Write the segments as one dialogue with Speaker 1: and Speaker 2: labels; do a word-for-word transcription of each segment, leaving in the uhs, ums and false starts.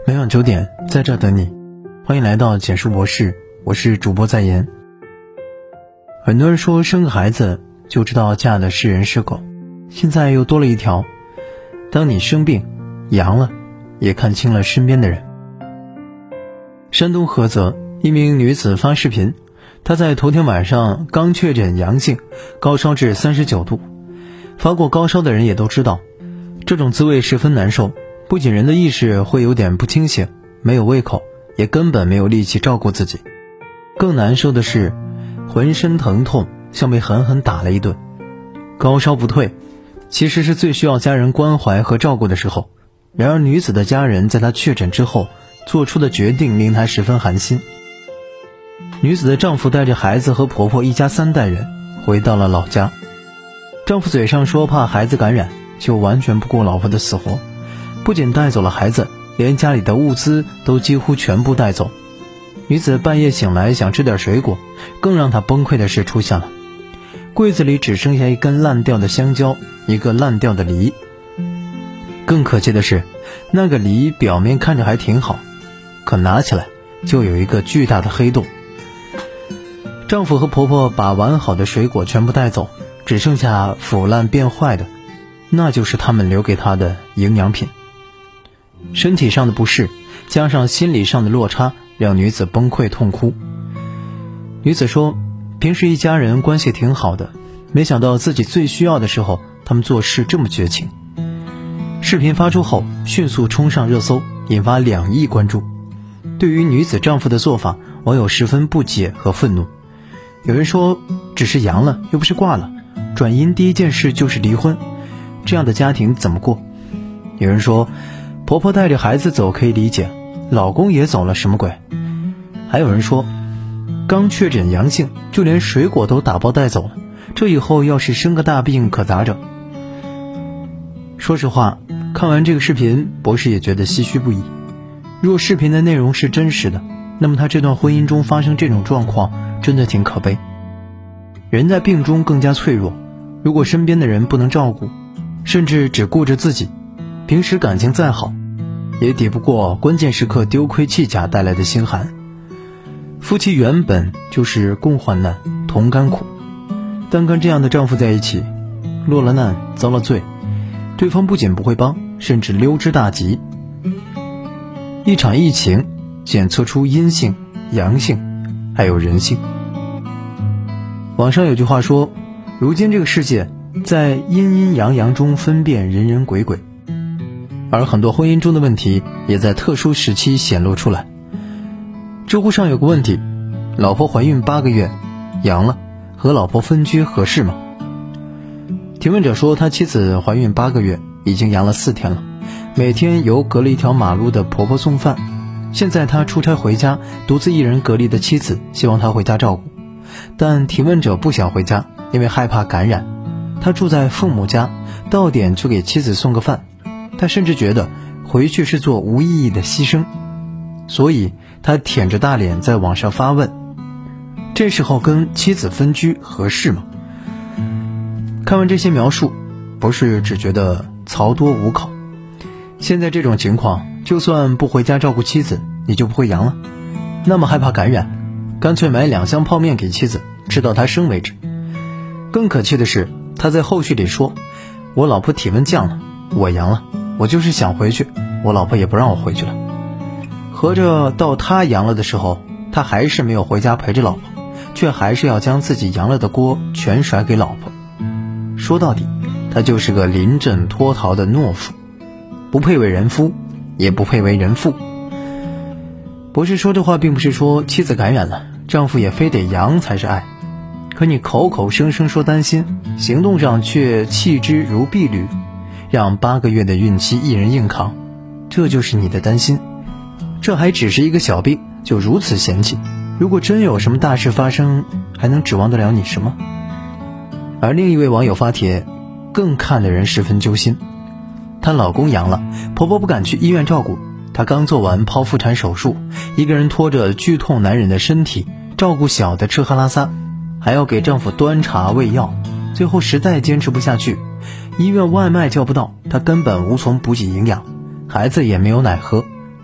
Speaker 1: 每晚九点在这等你，欢迎来到简述博士，我是主播在言。很多人说生个孩子就知道嫁的是人是狗，现在又多了一条，当你生病阳了，也看清了身边的人。山东菏泽一名女子发视频，她在头天晚上刚确诊阳性，高烧至三十九度。发过高烧的人也都知道，这种滋味十分难受，不仅人的意识会有点不清醒，没有胃口，也根本没有力气照顾自己。更难受的是浑身疼痛，像被狠狠打了一顿。高烧不退，其实是最需要家人关怀和照顾的时候。然而女子的家人在她确诊之后做出的决定令她十分寒心。女子的丈夫带着孩子和婆婆一家三代人回到了老家。丈夫嘴上说怕孩子感染，就完全不顾老婆的死活，不仅带走了孩子，连家里的物资都几乎全部带走。女子半夜醒来想吃点水果，更让她崩溃的事出现了，柜子里只剩下一根烂掉的香蕉，一个烂掉的梨。更可气的是，那个梨表面看着还挺好，可拿起来就有一个巨大的黑洞。丈夫和婆婆把完好的水果全部带走，只剩下腐烂变坏的，那就是他们留给她的营养品。身体上的不适加上心理上的落差，让女子崩溃痛哭。女子说，平时一家人关系挺好的，没想到自己最需要的时候，他们做事这么绝情。视频发出后迅速冲上热搜，引发两亿关注。对于女子丈夫的做法，网友十分不解和愤怒。有人说，只是阳了又不是挂了，转阴第一件事就是离婚，这样的家庭怎么过？有人说，婆婆带着孩子走可以理解，老公也走了什么鬼？还有人说，刚确诊阳性就连水果都打包带走了，这以后要是生个大病可咋整？说实话，看完这个视频，博士也觉得唏嘘不已。若视频的内容是真实的，那么他这段婚姻中发生这种状况真的挺可悲。人在病中更加脆弱，如果身边的人不能照顾，甚至只顾着自己，平时感情再好，也抵不过关键时刻丢盔弃甲带来的心寒。夫妻原本就是共患难同甘苦，但跟这样的丈夫在一起，落了难遭了罪，对方不仅不会帮，甚至溜之大吉。一场疫情检测出阴性、阳性，还有人性。网上有句话说，如今这个世界在阴阴阳阳中分辨人人鬼鬼，而很多婚姻中的问题也在特殊时期显露出来。知乎上有个问题，老婆怀孕八个月阳了，和老婆分居合适吗？提问者说，他妻子怀孕八个月，已经阳了四天了，每天由隔了一条马路的婆婆送饭。现在他出差回家，独自一人隔离的妻子希望他回家照顾，但提问者不想回家，因为害怕感染。他住在父母家，到点就给妻子送个饭，他甚至觉得回去是做无意义的牺牲，所以他舔着大脸在网上发问，这时候跟妻子分居合适吗？看完这些描述，不是只觉得槽多无口。现在这种情况，就算不回家照顾妻子，你就不会阳了？那么害怕感染，干脆买两箱泡面给妻子，吃到她生为止。更可气的是，他在后续里说，我老婆体温降了，我阳了，我就是想回去，我老婆也不让我回去了。合着到他阳了的时候，他还是没有回家陪着老婆，却还是要将自己阳了的锅全甩给老婆。说到底，他就是个临阵脱逃的懦夫，不配为人夫，也不配为人父。博士说这话并不是说妻子感染了，丈夫也非得阳才是爱，可你口口声声说担心，行动上却弃之如敝履，让八个月的孕期一人硬扛，这就是你的担心。这还只是一个小病，就如此嫌弃，如果真有什么大事发生，还能指望得了你什么？而另一位网友发帖，更看得人十分揪心。她老公阳了，婆婆不敢去医院照顾，她刚做完剖腹产手术，一个人拖着剧痛难忍的身体，照顾小的吃喝拉撒，还要给丈夫端茶喂药，最后实在坚持不下去，医院外卖叫不到，她根本无从补给营养，孩子也没有奶喝，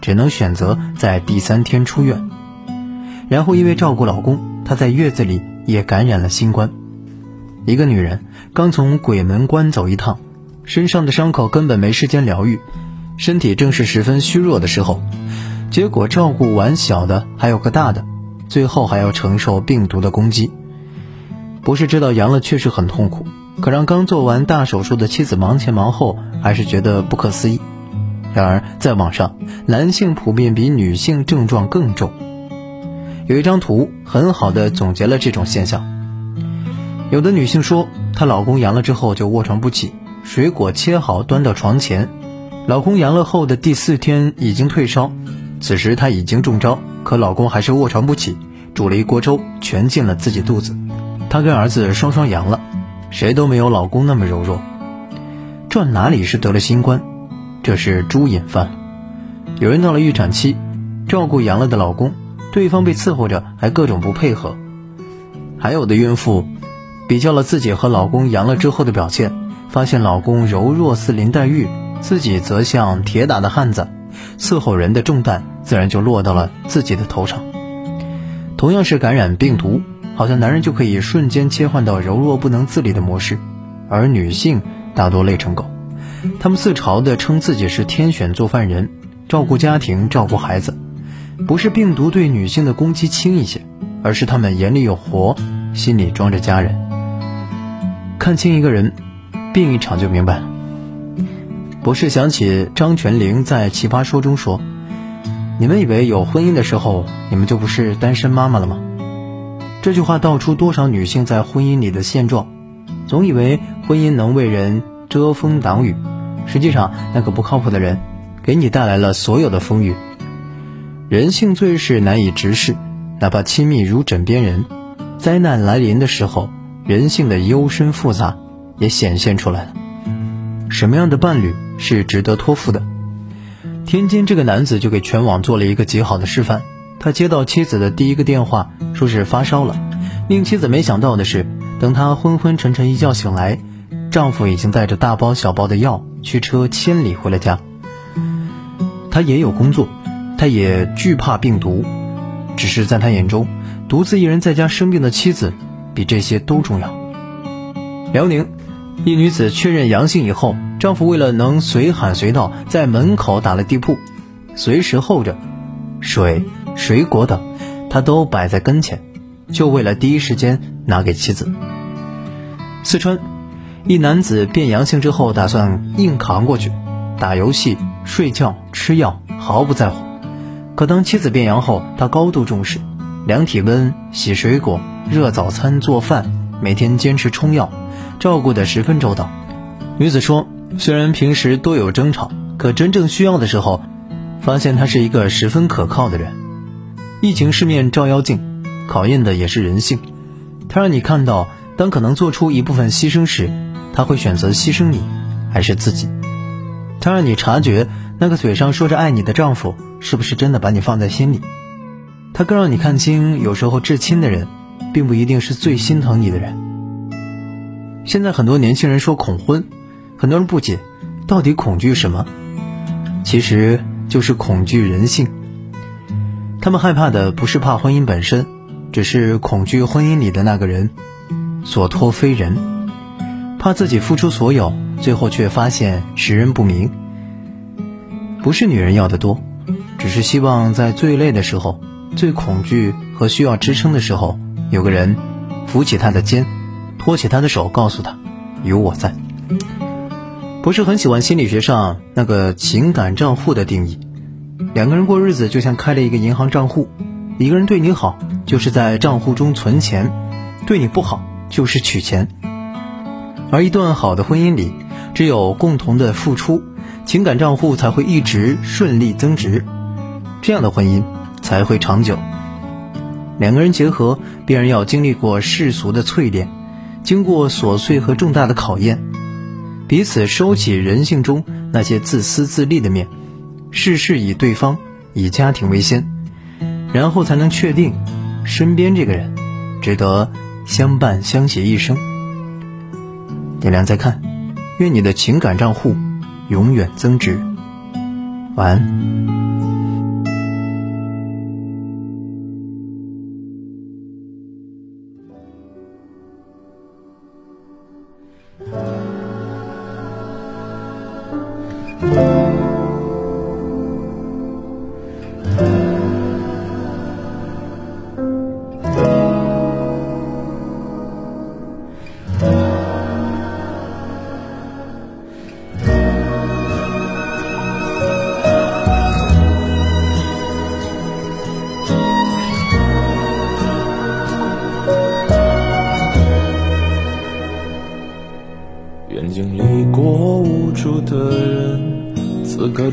Speaker 1: 只能选择在第三天出院。然后因为照顾老公，她在月子里也感染了新冠。一个女人刚从鬼门关走一趟，身上的伤口根本没时间疗愈，身体正是十分虚弱的时候，结果照顾完小的还有个大的，最后还要承受病毒的攻击。不是知道阳了确实很痛苦，可让刚做完大手术的妻子忙前忙后，还是觉得不可思议。然而在网上，男性普遍比女性症状更重。有一张图很好的总结了这种现象。有的女性说，她老公阳了之后就卧床不起，水果切好端到床前，老公阳了后的第四天已经退烧，此时她已经中招，可老公还是卧床不起，煮了一锅粥全进了自己肚子。她跟儿子双双阳了，谁都没有老公那么柔弱。这哪里是得了新冠，这是猪瘾犯了。有人到了预产期，照顾阳了的老公，对方被伺候着还各种不配合。还有的孕妇比较了自己和老公阳了之后的表现，发现老公柔弱似林黛玉，自己则像铁打的汉子，伺候人的重担自然就落到了自己的头上。同样是感染病毒，好像男人就可以瞬间切换到柔弱不能自理的模式，而女性大多累成狗。他们自嘲地称自己是天选做饭人，照顾家庭，照顾孩子。不是病毒对女性的攻击轻一些，而是他们眼里有活，心里装着家人。看清一个人，病一场就明白了。不是想起张泉灵在《奇葩说》中说，你们以为有婚姻的时候，你们就不是单身妈妈了吗？这句话道出多少女性在婚姻里的现状，总以为婚姻能为人遮风挡雨，实际上那个不靠谱的人给你带来了所有的风雨。人性最是难以直视，哪怕亲密如枕边人，灾难来临的时候，人性的幽深复杂也显现出来了。什么样的伴侣是值得托付的？天津这个男子就给全网做了一个极好的示范。他接到妻子的第一个电话，说是发烧了。令妻子没想到的是，等他昏昏沉沉一觉醒来，丈夫已经带着大包小包的药驱车千里回了家。他也有工作，他也惧怕病毒，只是在他眼中，独自一人在家生病的妻子比这些都重要。辽宁一女子确认阳性以后，丈夫为了能随喊随到，在门口打了地铺，随时候着水、水果等，他都摆在跟前，就为了第一时间拿给妻子。四川一男子变阳性之后，打算硬扛过去，打游戏、睡觉、吃药，毫不在乎。可当妻子变阳后，他高度重视，量体温、洗水果、热早餐、做饭，每天坚持冲药，照顾得十分周到。女子说，虽然平时多有争吵，可真正需要的时候，发现他是一个十分可靠的人。疫情是面照妖镜，考验的也是人性。他让你看到，当可能做出一部分牺牲时，他会选择牺牲你还是自己。他让你察觉那个嘴上说着爱你的丈夫是不是真的把你放在心里。他更让你看清，有时候至亲的人并不一定是最心疼你的人。现在很多年轻人说恐婚，很多人不解到底恐惧什么，其实就是恐惧人性。他们害怕的不是怕婚姻本身，只是恐惧婚姻里的那个人所托非人，怕自己付出所有，最后却发现识人不明。不是女人要的多，只是希望在最累的时候，最恐惧和需要支撑的时候，有个人扶起她的肩，托起她的手，告诉她有我在。不是很喜欢心理学上那个情感账户的定义，两个人过日子就像开了一个银行账户，一个人对你好就是在账户中存钱，对你不好就是取钱。而一段好的婚姻里，只有共同的付出，情感账户才会一直顺利增值，这样的婚姻才会长久。两个人结合，必然要经历过世俗的淬炼，经过琐碎和重大的考验，彼此收起人性中那些自私自利的面，事事以对方、以家庭为先，然后才能确定身边这个人值得相伴相携一生。点亮再看，愿你的情感账户永远增值。晚安。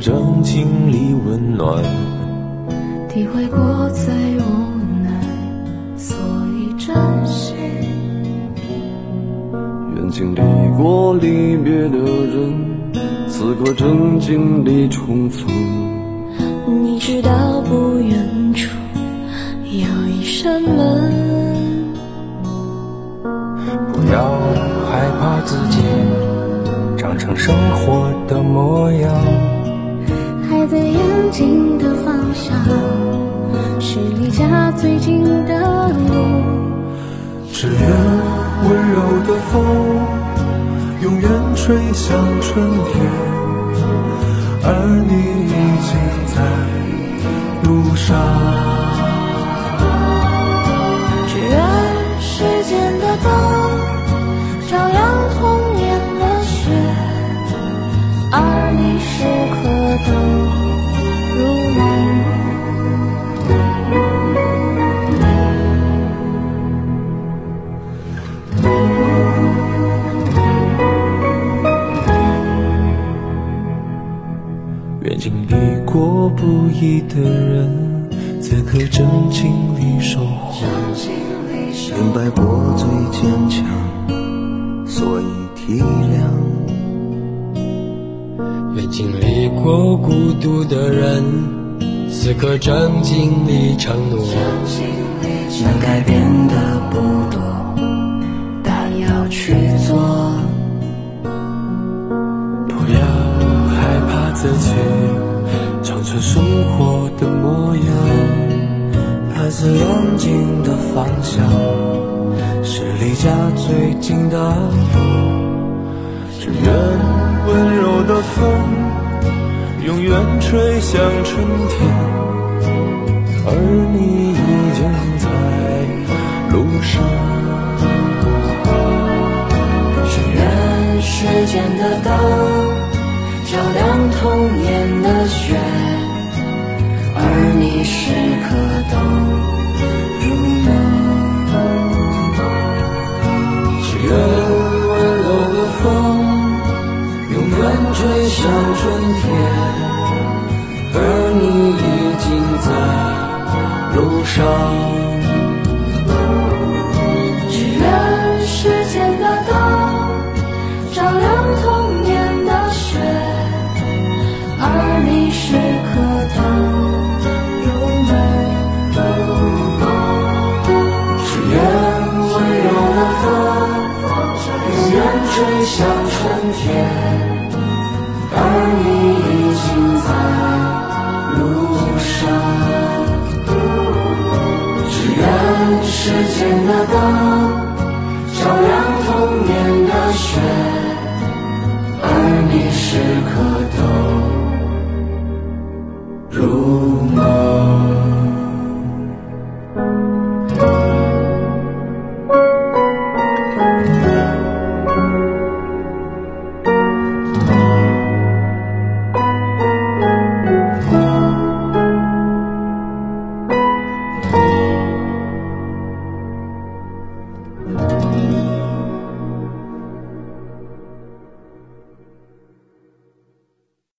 Speaker 2: 正经历温暖，
Speaker 3: 体会过最无奈，所以珍惜。
Speaker 2: 愿经历过离别的人，此刻正经历重逢。
Speaker 3: 你知道不远处有一扇门，
Speaker 2: 不要害怕自己长成生活的模样，
Speaker 3: 还在眼睛的方向，是离家最近的路。
Speaker 2: 只愿温柔的风永远吹向春天，而你已经在路上。
Speaker 3: 只愿时间的灯照亮童年的雪，而你时刻都如梦。
Speaker 2: 愿经历过不易的人，此刻正经历收获。
Speaker 4: 明白过最坚强，所以体谅。
Speaker 2: 愿经历过孤独的人，此刻正经历承诺。
Speaker 4: 能改变的不多，但要去做。
Speaker 2: 不要害怕自己长成生活的模样，
Speaker 4: 来自眼睛的方向，是离家最近的路。
Speaker 2: 只愿温柔的风永远吹向春天，而你已经在路上。
Speaker 4: 只愿时间的灯照亮童年的雪，而你时刻都如梦。
Speaker 2: 只愿温柔的风永远吹向春天，而你已经在路上。
Speaker 3: 只愿时间的灯照亮童年的雪，而你时刻都如梦。
Speaker 2: 只愿温柔的风永远吹向春天，而你已经在路上。只愿时间的灯照亮童年的雪，而你时刻都如梦。